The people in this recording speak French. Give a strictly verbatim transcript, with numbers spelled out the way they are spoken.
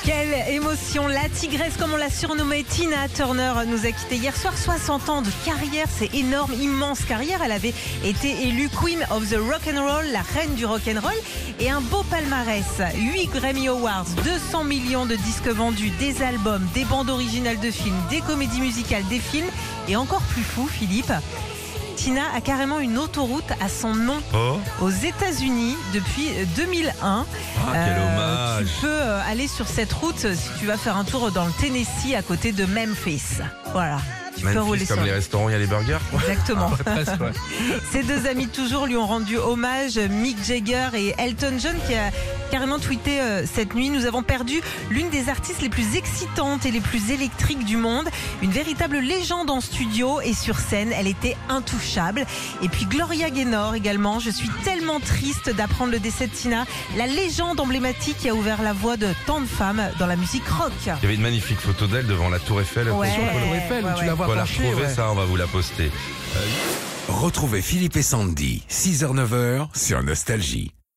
Quelle émotion. La tigresse, comme on l'a surnommée, Tina Turner, nous a quitté hier soir. soixante ans de carrière, c'est énorme, immense carrière. Elle avait été élue Queen of the Rock'n'Roll, la reine du rock'n'roll, et un beau palmarès. huit Grammy Awards, deux cents millions de disques vendus, des albums, des bandes originales de films, des comédies musicales, des films, et encore plus fou, Philippe, Tina a carrément une autoroute à son nom oh. aux États-Unis depuis deux mille un. Ah, quel euh, hommage. Tu peux aller sur cette route si tu vas faire un tour dans le Tennessee à côté de Memphis. Voilà. Tu Memphis, peux rouler comme sur les restaurants, il y a les burgers. Exactement. Ah, ouais, presque, ouais. Ces deux amis toujours lui ont rendu hommage, Mick Jagger et Elton John, qui a carrément tweeté euh, cette nuit: nous avons perdu l'une des artistes les plus excitantes et les plus électriques du monde, une véritable légende en studio et sur scène, elle était intouchable. Et puis Gloria Gaynor également: je suis tellement triste d'apprendre le décès de Tina, la légende emblématique qui a ouvert la voie de tant de femmes dans la musique rock. Il y avait une magnifique photo d'elle devant la Tour Eiffel. Ouais, sur la Tour Eiffel, ouais, où tu ouais. la vois On va la pencher, retrouver, ouais. ça, on va vous la poster. Retrouvez Philippe et Sandy, six heures neuf heures sur Nostalgie.